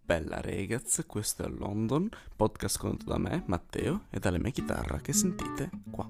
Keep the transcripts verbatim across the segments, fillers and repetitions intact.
Bella ragazzi, questo è London, podcast condotto da me, Matteo, e dalle mie chitarre che sentite qua.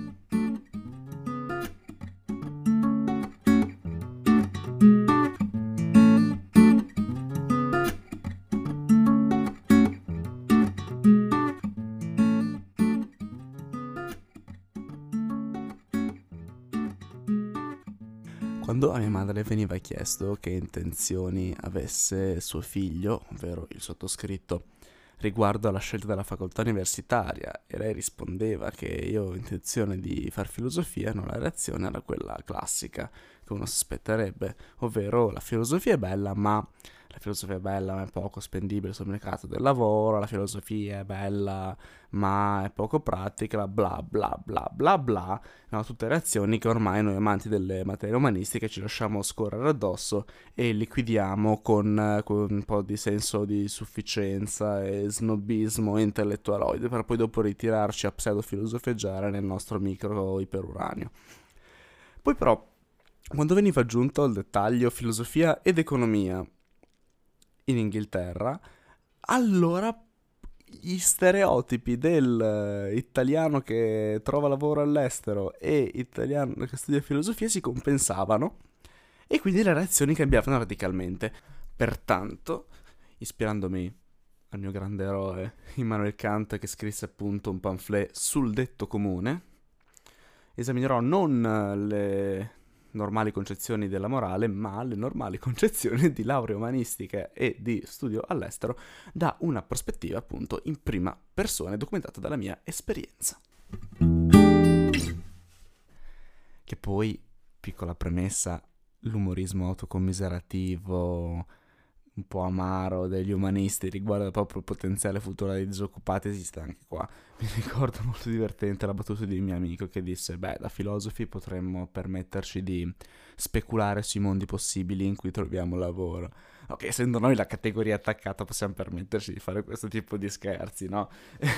Quando a mia madre veniva chiesto che intenzioni avesse suo figlio, ovvero il sottoscritto, riguardo alla scelta della facoltà universitaria, e lei rispondeva che io ho intenzione di far filosofia, no, la reazione era quella classica che uno si aspetterebbe, ovvero la filosofia è bella, ma la filosofia è bella ma è poco spendibile sul mercato del lavoro, la filosofia è bella ma è poco pratica, bla bla bla bla bla, no, tutte reazioni che ormai noi amanti delle materie umanistiche ci lasciamo scorrere addosso e liquidiamo con, con un po' di senso di sufficienza e snobismo intellettualoide per poi dopo ritirarci a pseudofilosofeggiare nel nostro micro iperuranio. Poi però, quando veniva aggiunto il dettaglio filosofia ed economia in Inghilterra, allora gli stereotipi del eh, italiano che trova lavoro all'estero e italiano che studia filosofia si compensavano e quindi le reazioni cambiavano radicalmente. Pertanto, ispirandomi al mio grande eroe Immanuel Kant, che scrisse appunto un pamphlet sul detto comune, esaminerò non eh, le normali concezioni della morale, ma le normali concezioni di laurea umanistica e di studio all'estero da una prospettiva appunto in prima persona documentata dalla mia esperienza. Che poi, piccola premessa, l'umorismo autocommiserativo un po' amaro degli umanisti riguardo al proprio potenziale futuro dei disoccupati esiste anche qua. Mi ricordo molto divertente la battuta di un mio amico che disse: beh, da filosofi potremmo permetterci di speculare sui mondi possibili in cui troviamo lavoro. Ok, essendo noi la categoria attaccata possiamo permetterci di fare questo tipo di scherzi, no?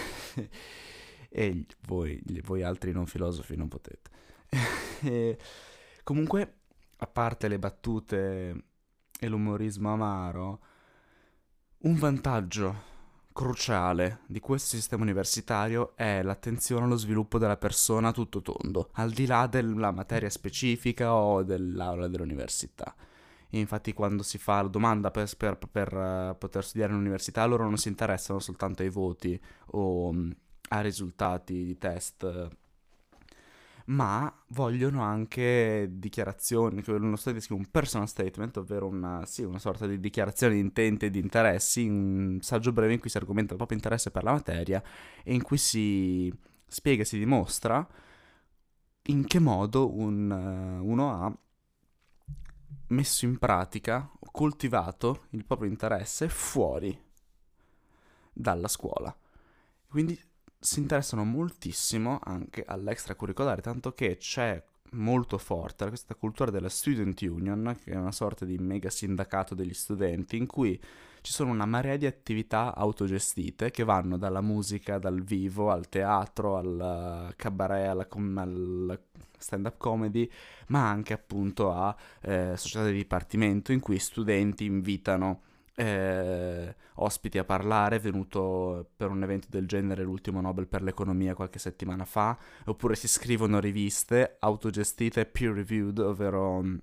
E voi, voi altri non filosofi non potete. E comunque, a parte le battute e l'umorismo amaro, un vantaggio cruciale di questo sistema universitario è l'attenzione allo sviluppo della persona a tutto tondo, al di là della materia specifica o dell'aula dell'università. Infatti quando si fa la domanda per, per, per uh, poter studiare all'università, loro non si interessano soltanto ai voti o um, ai risultati di test, ma vogliono anche dichiarazioni, che uno studio descrive un personal statement, ovvero una, sì, una sorta di dichiarazione di intenti e di interessi, un saggio breve in cui si argomenta il proprio interesse per la materia e in cui si spiega e si dimostra in che modo un, uh, uno ha messo in pratica, coltivato il proprio interesse fuori dalla scuola. Quindi si interessano moltissimo anche all'extracurricolare, tanto che c'è molto forte questa cultura della Student Union, che è una sorta di mega sindacato degli studenti, in cui ci sono una marea di attività autogestite che vanno dalla musica, dal vivo, al teatro, al cabaret, alla com- al stand-up comedy, ma anche appunto a eh, società di dipartimento in cui studenti invitano eh, ospiti a parlare. È venuto per un evento del genere l'ultimo Nobel per l'economia qualche settimana fa, oppure si scrivono riviste autogestite peer reviewed, ovvero mh,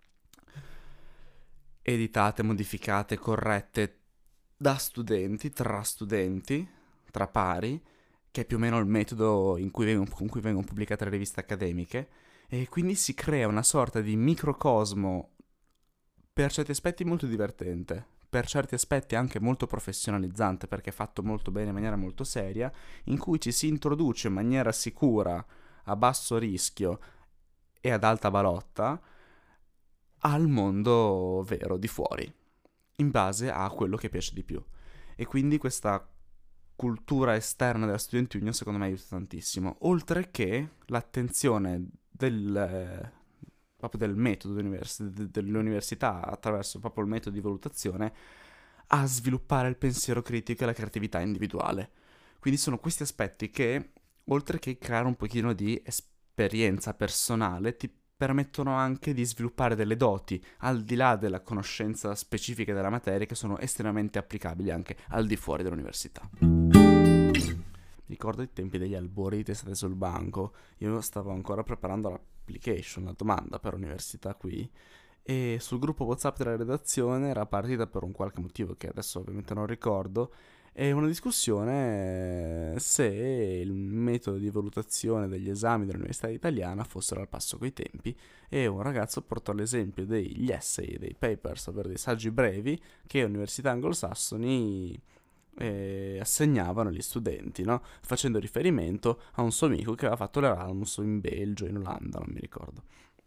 editate, modificate, corrette da studenti, tra studenti, tra pari, che è più o meno il metodo in cui vengono, con cui vengono pubblicate le riviste accademiche, e quindi si crea una sorta di microcosmo per certi aspetti molto divertente, per certi aspetti anche molto professionalizzante, perché è fatto molto bene in maniera molto seria, in cui ci si introduce in maniera sicura, a basso rischio e ad alta balotta al mondo vero di fuori, in base a quello che piace di più. E quindi questa cultura esterna della Student Union secondo me aiuta tantissimo, oltre che l'attenzione del, eh, proprio del metodo univers- de- dell'università attraverso proprio il metodo di valutazione a sviluppare il pensiero critico e la creatività individuale. Quindi sono questi aspetti che, oltre che creare un pochino di esperienza personale, ti permettono anche di sviluppare delle doti al di là della conoscenza specifica della materia che sono estremamente applicabili anche al di fuori dell'università. Ricordo i tempi degli albori di testate sul banco, io stavo ancora preparando l'application, la domanda per università qui, e sul gruppo WhatsApp della redazione era partita per un qualche motivo che adesso ovviamente non ricordo, e una discussione se il metodo di valutazione degli esami dell'università italiana fossero al passo coi tempi, e un ragazzo portò l'esempio degli essay, dei papers, ovvero dei saggi brevi che università anglosassoni eh, assegnavano agli studenti, no? Facendo riferimento a un suo amico che aveva fatto l'Erasmus in Belgio, in Olanda, non mi ricordo.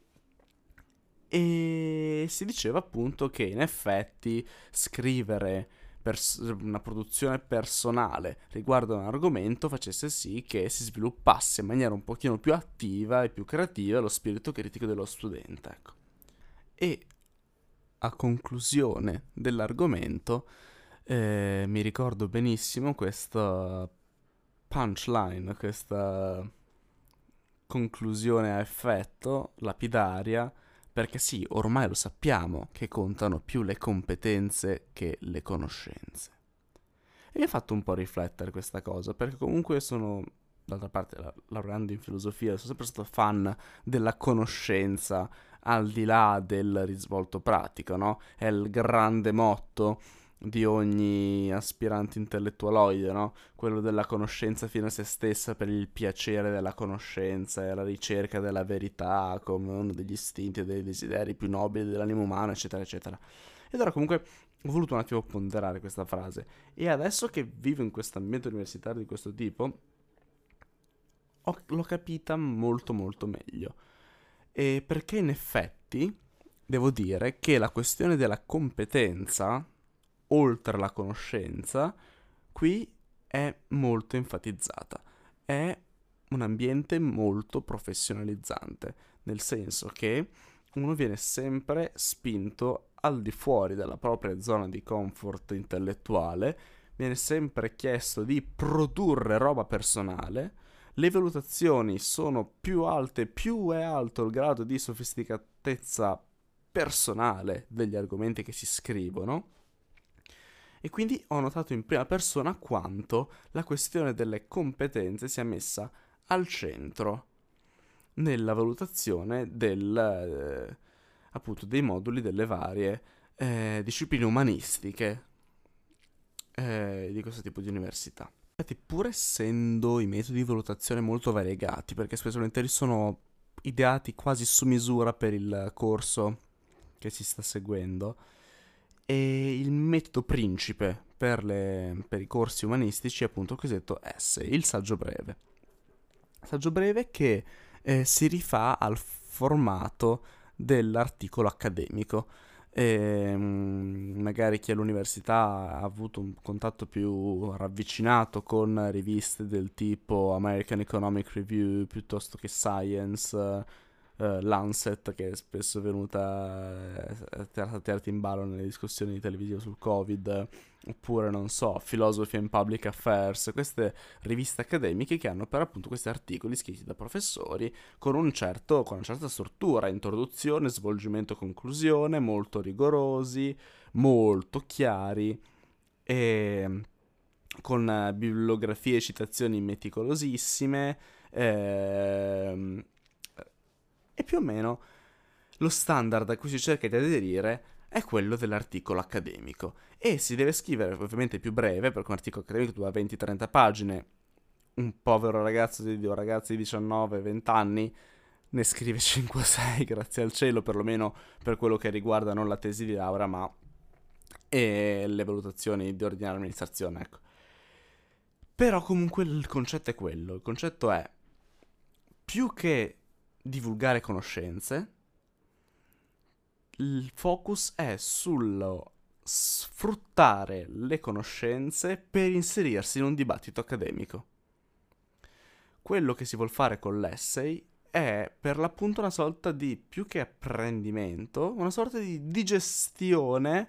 E si diceva appunto che in effetti scrivere pers- una produzione personale riguardo a un argomento facesse sì che si sviluppasse in maniera un pochino più attiva e più creativa lo spirito critico dello studente, ecco. E a conclusione dell'argomento eh, mi ricordo benissimo questa punchline, questa conclusione a effetto lapidaria, perché sì, ormai lo sappiamo che contano più le competenze che le conoscenze. E mi ha fatto un po' riflettere questa cosa, perché comunque sono, d'altra parte, la- lavorando in filosofia, sono sempre stato fan della conoscenza, al di là del risvolto pratico, no? È il grande motto di ogni aspirante intellettualoide, no? Quello della conoscenza fino a se stessa per il piacere della conoscenza e la ricerca della verità come uno degli istinti e dei desideri più nobili dell'animo umano, eccetera, eccetera. Ed ora comunque ho voluto un attimo ponderare questa frase, e adesso che vivo in questo ambiente universitario di questo tipo, ho- l'ho capita molto molto meglio. E perché in effetti devo dire che la questione della competenza, oltre la conoscenza, qui è molto enfatizzata. È un ambiente molto professionalizzante, nel senso che uno viene sempre spinto al di fuori della propria zona di comfort intellettuale, viene sempre chiesto di produrre roba personale, le valutazioni sono più alte, più è alto il grado di sofisticatezza personale degli argomenti che si scrivono, e quindi ho notato in prima persona quanto la questione delle competenze sia messa al centro nella valutazione del, eh, appunto, dei moduli delle varie eh, discipline umanistiche eh, di questo tipo di università. Infatti, pur essendo i metodi di valutazione molto variegati, perché spesso e volentieri sono ideati quasi su misura per il corso che si sta seguendo, e il metodo principe per, le- per i corsi umanistici è appunto il cosiddetto essay, il saggio breve. Saggio breve che eh, si rifà al formato dell'articolo accademico. E, mm, magari chi all'università ha avuto un contatto più ravvicinato con riviste del tipo American Economic Review piuttosto che Science, eh, Lancet, che è spesso venuta eh, tirata tirata in ballo nelle discussioni televisive sul Covid, oppure non so, Philosophy and Public Affairs, queste riviste accademiche che hanno per appunto questi articoli scritti da professori con un certo, con una certa struttura, introduzione, svolgimento, conclusione, molto rigorosi, molto chiari, e con eh, bibliografie e citazioni meticolosissime, ehm, e più o meno lo standard a cui si cerca di aderire è quello dell'articolo accademico, e si deve scrivere ovviamente più breve, perché un articolo accademico dura venti trenta pagine. Un povero ragazzo di, o ragazzo di diciannove venti anni ne scrive cinque o sei, grazie al cielo, perlomeno per quello che riguarda non la tesi di laurea, ma e le valutazioni di ordinaria amministrazione, ecco. Però comunque il concetto è quello, il concetto è più che divulgare conoscenze, il focus è sullo sfruttare le conoscenze per inserirsi in un dibattito accademico. Quello che si vuol fare con l'essay è per l'appunto una sorta di, più che apprendimento, una sorta di digestione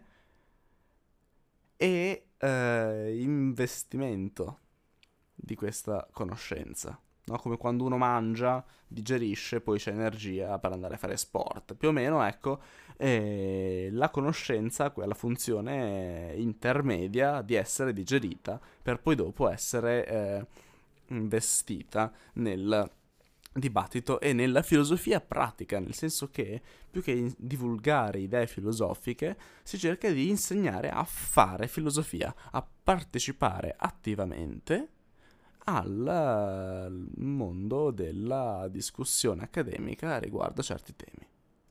e eh, investimento di questa conoscenza. no? Come quando uno mangia, digerisce, poi c'è energia per andare a fare sport. Più o meno, ecco, eh, la conoscenza ha quella funzione intermedia di essere digerita per poi dopo essere eh, investita nel dibattito e nella filosofia pratica, nel senso che più che in- divulgare idee filosofiche, si cerca di insegnare a fare filosofia, a partecipare attivamente al eh, mondo della discussione accademica riguardo a certi temi.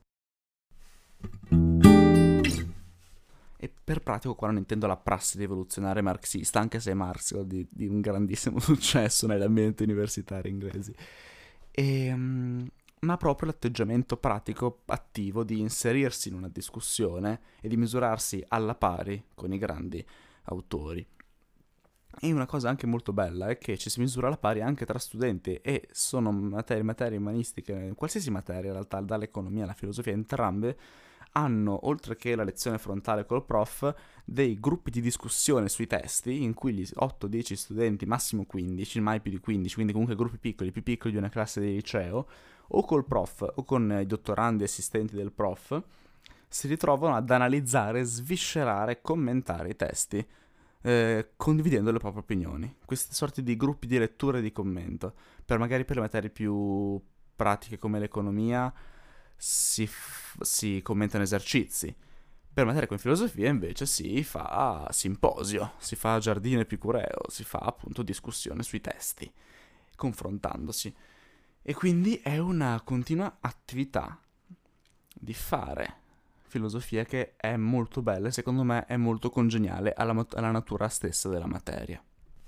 E per pratico qua non intendo la prassi rivoluzionaria marxista, anche se Marx è di, di un grandissimo successo negli ambienti universitari inglesi. Ehm, ma proprio l'atteggiamento pratico attivo di inserirsi in una discussione e di misurarsi alla pari con i grandi autori. E una cosa anche molto bella è che ci si misura alla pari anche tra studenti e sono materie, materie umanistiche, qualsiasi materia in realtà, dall'economia alla filosofia, entrambe hanno, oltre che la lezione frontale col prof, dei gruppi di discussione sui testi in cui gli otto dieci studenti, massimo quindici, mai più di quindici, quindi comunque gruppi piccoli, più piccoli di una classe di liceo, o col prof o con i dottorandi assistenti del prof, si ritrovano ad analizzare, sviscerare, commentare i testi, eh, condividendo le proprie opinioni. Queste sorti di gruppi di lettura e di commento. Per magari per le materie più pratiche come l'economia si, f- si commentano esercizi. Per materie come filosofia invece si fa simposio, si fa giardino epicureo, si fa appunto discussione sui testi, confrontandosi. E quindi è una continua attività di fare filosofia che è molto bella e secondo me è molto congeniale alla, mat- alla natura stessa della materia.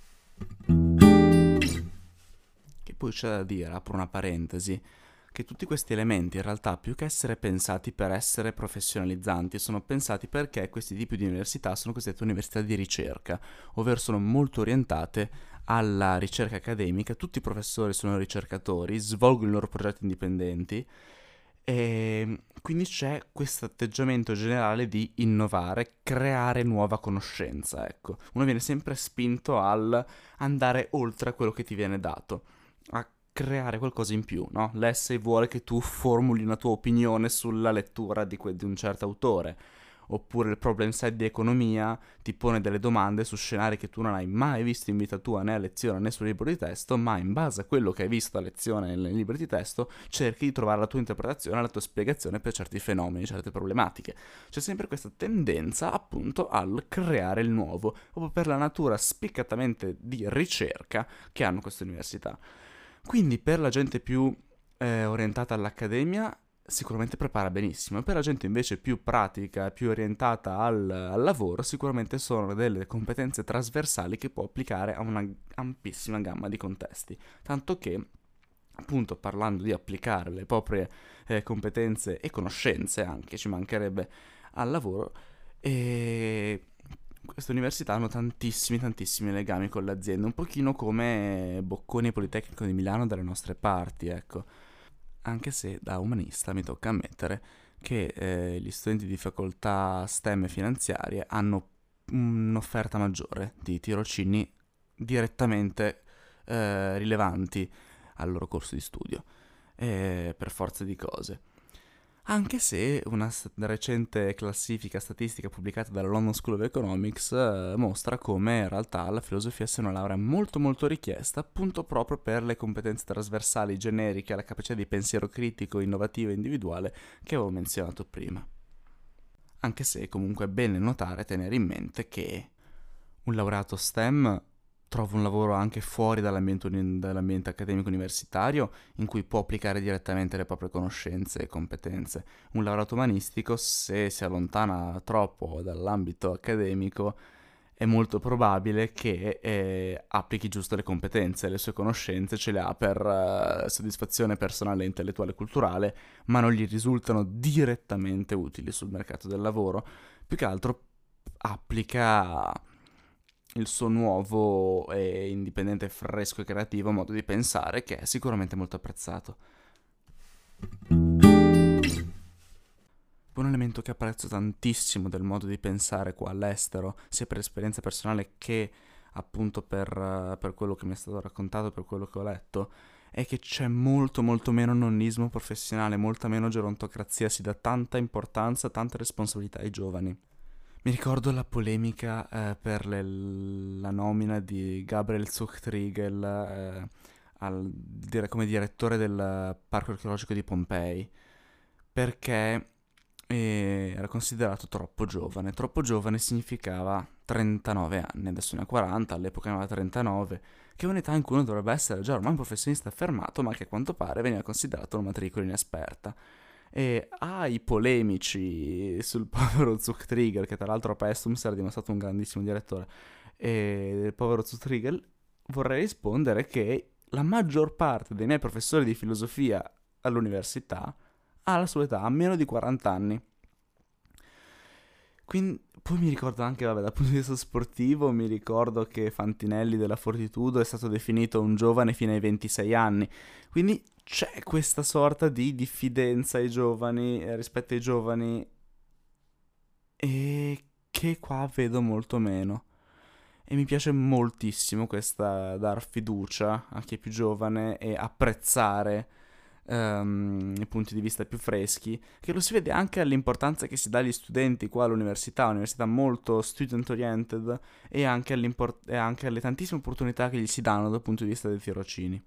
Che poi c'è da dire, apro una parentesi, che tutti questi elementi in realtà più che essere pensati per essere professionalizzanti sono pensati perché questi tipi di università sono cosiddette università di ricerca, ovvero sono molto orientate alla ricerca accademica, tutti i professori sono ricercatori, svolgono i loro progetti indipendenti e quindi c'è questo atteggiamento generale di innovare, creare nuova conoscenza, ecco. Uno viene sempre spinto al andare oltre a quello che ti viene dato, a creare qualcosa in più, no? L'essay vuole che tu formuli una tua opinione sulla lettura di, que- di un certo autore, oppure il problem set di economia ti pone delle domande su scenari che tu non hai mai visto in vita tua né a lezione né sul libro di testo, ma in base a quello che hai visto a lezione nel libro di testo cerchi di trovare la tua interpretazione, la tua spiegazione per certi fenomeni, certe problematiche. C'è sempre questa tendenza appunto al creare il nuovo, proprio per la natura spiccatamente di ricerca che hanno queste università. Quindi per la gente più eh, orientata all'accademia sicuramente prepara benissimo, e per la gente invece più pratica, più orientata al, al lavoro, sicuramente sono delle competenze trasversali che può applicare a una ampissima gamma di contesti. Tanto che, appunto, parlando di applicare le proprie eh, competenze e conoscenze anche, ci mancherebbe al lavoro, e queste università hanno tantissimi, tantissimi legami con le aziende, un pochino come Bocconi e Politecnico di Milano dalle nostre parti, ecco. Anche se da umanista mi tocca ammettere che eh, gli studenti di facoltà STEM e finanziarie hanno un'offerta maggiore di tirocini direttamente eh, rilevanti al loro corso di studio, eh, per forza di cose. Anche se una s- recente classifica statistica pubblicata dalla London School of Economics eh, mostra come in realtà la filosofia sia una laurea molto molto richiesta appunto proprio per le competenze trasversali generiche, la capacità di pensiero critico, innovativo e individuale che avevo menzionato prima. Anche se comunque è bene notare e tenere in mente che un laureato STEM trova un lavoro anche fuori dall'ambiente, uni- dall'ambiente accademico universitario in cui può applicare direttamente le proprie conoscenze e competenze. Un laureato umanistico, se si allontana troppo dall'ambito accademico, è molto probabile che eh, applichi giusto le competenze, le sue conoscenze ce le ha per eh, soddisfazione personale, intellettuale e culturale, ma non gli risultano direttamente utili sul mercato del lavoro. Più che altro applica il suo nuovo e indipendente, fresco e creativo modo di pensare che è sicuramente molto apprezzato. Un elemento che apprezzo tantissimo del modo di pensare qua all'estero, sia per esperienza personale che appunto per, eh, per quello che mi è stato raccontato, per quello che ho letto, è che c'è molto molto meno nonnismo professionale, molta meno gerontocrazia, si dà tanta importanza, tanta responsabilità ai giovani. Mi ricordo la polemica eh, per le- la nomina di Gabriel Zuchtriegel eh, al- dire- come direttore del Parco Archeologico di Pompei, perché eh, era considerato troppo giovane. Troppo giovane significava trentanove anni, adesso ne ha quaranta, all'epoca ne aveva trentanove, che è un'età in cui uno dovrebbe essere già ormai un professionista affermato, ma che a quanto pare veniva considerato una matricola inesperta. E ai polemici sul povero Zuchtriegel, che tra l'altro a Pestum era dimostrato un grandissimo direttore, e il povero Zuchtriegel, vorrei rispondere che la maggior parte dei miei professori di filosofia all'università ha la sua età, ha meno di quaranta anni. Quindi, poi mi ricordo anche, vabbè, dal punto di vista sportivo, mi ricordo che Fantinelli della Fortitudo è stato definito un giovane fino ai ventisei anni. Quindi c'è questa sorta di diffidenza ai giovani, eh, rispetto ai giovani, e che qua vedo molto meno. E mi piace moltissimo questa dar fiducia a chi è più giovane e apprezzare ehm, i punti di vista più freschi, che lo si vede anche all'importanza che si dà agli studenti qua all'università, un'università molto student oriented, e anche, e anche alle tantissime opportunità che gli si danno dal punto di vista dei tirocini.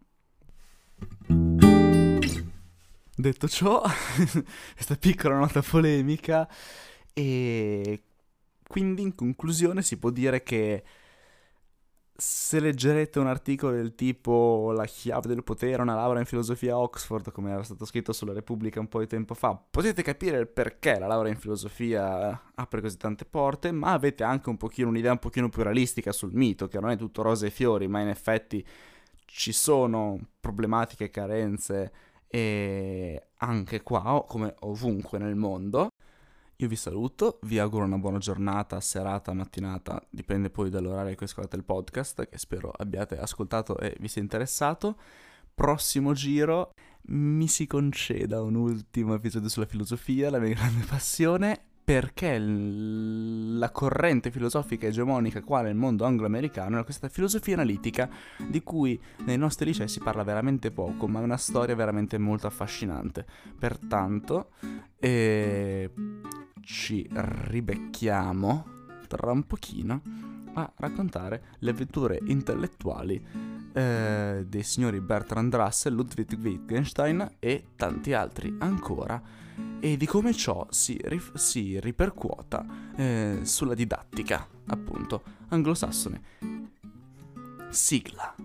Detto ciò, questa piccola nota polemica, e quindi in conclusione si può dire che se leggerete un articolo del tipo La chiave del potere, una laurea in filosofia a Oxford, come era stato scritto sulla Repubblica un po' di tempo fa, potete capire il perché la laurea in filosofia apre così tante porte, ma avete anche un pochino un'idea un pochino più realistica sul mito, che non è tutto rose e fiori, ma in effetti ci sono problematiche e carenze, e anche qua, come ovunque nel mondo. Io vi saluto, vi auguro una buona giornata, serata, mattinata, dipende poi dall'orario in cui ascoltate il podcast, che spero abbiate ascoltato e vi sia interessato. Prossimo giro mi si conceda un ultimo episodio sulla filosofia, la mia grande passione, perché l- la corrente filosofica egemonica qua nel mondo anglo-americano è questa filosofia analitica, di cui nei nostri licei si parla veramente poco, ma è una storia veramente molto affascinante. Pertanto, eh, ci ribecchiamo tra un pochino a raccontare le avventure intellettuali eh, dei signori Bertrand Russell, Ludwig Wittgenstein e tanti altri ancora, e di come ciò si, rif- si ripercuota eh, sulla didattica, appunto, anglosassone. Sigla.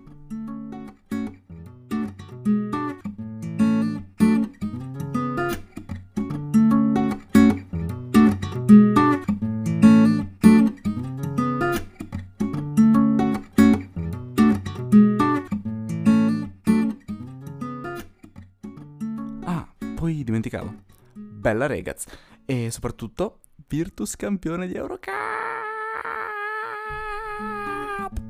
Ah, poi dimenticavo. Bella Regaz. E soprattutto Virtus campione di Eurocup.